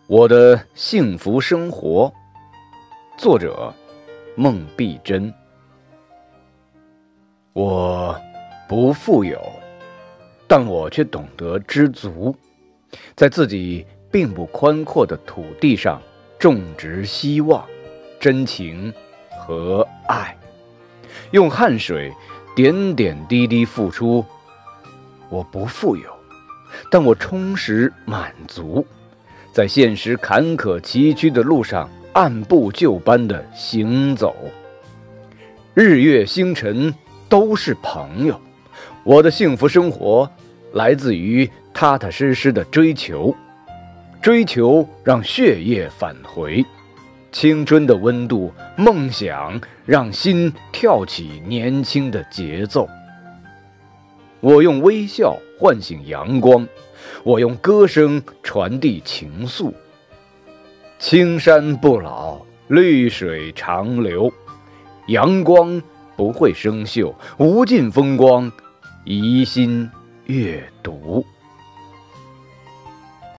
我的幸福生活，作者孟碧珍。我不富有，但我却懂得知足，在自己并不宽阔的土地上种植希望、真情和爱，用汗水点点滴滴付出。我不富有，但我充实满足，在现实坎坷崎岖的路上按部就班地行走。日月星辰都是朋友，我的幸福生活来自于踏踏实实的追求，追求让血液返回，青春的温度，梦想让心跳起年轻的节奏。我用微笑唤醒阳光，我用歌声传递情愫。青山不老，绿水长流，阳光不会生锈，无尽风光，怡心阅读。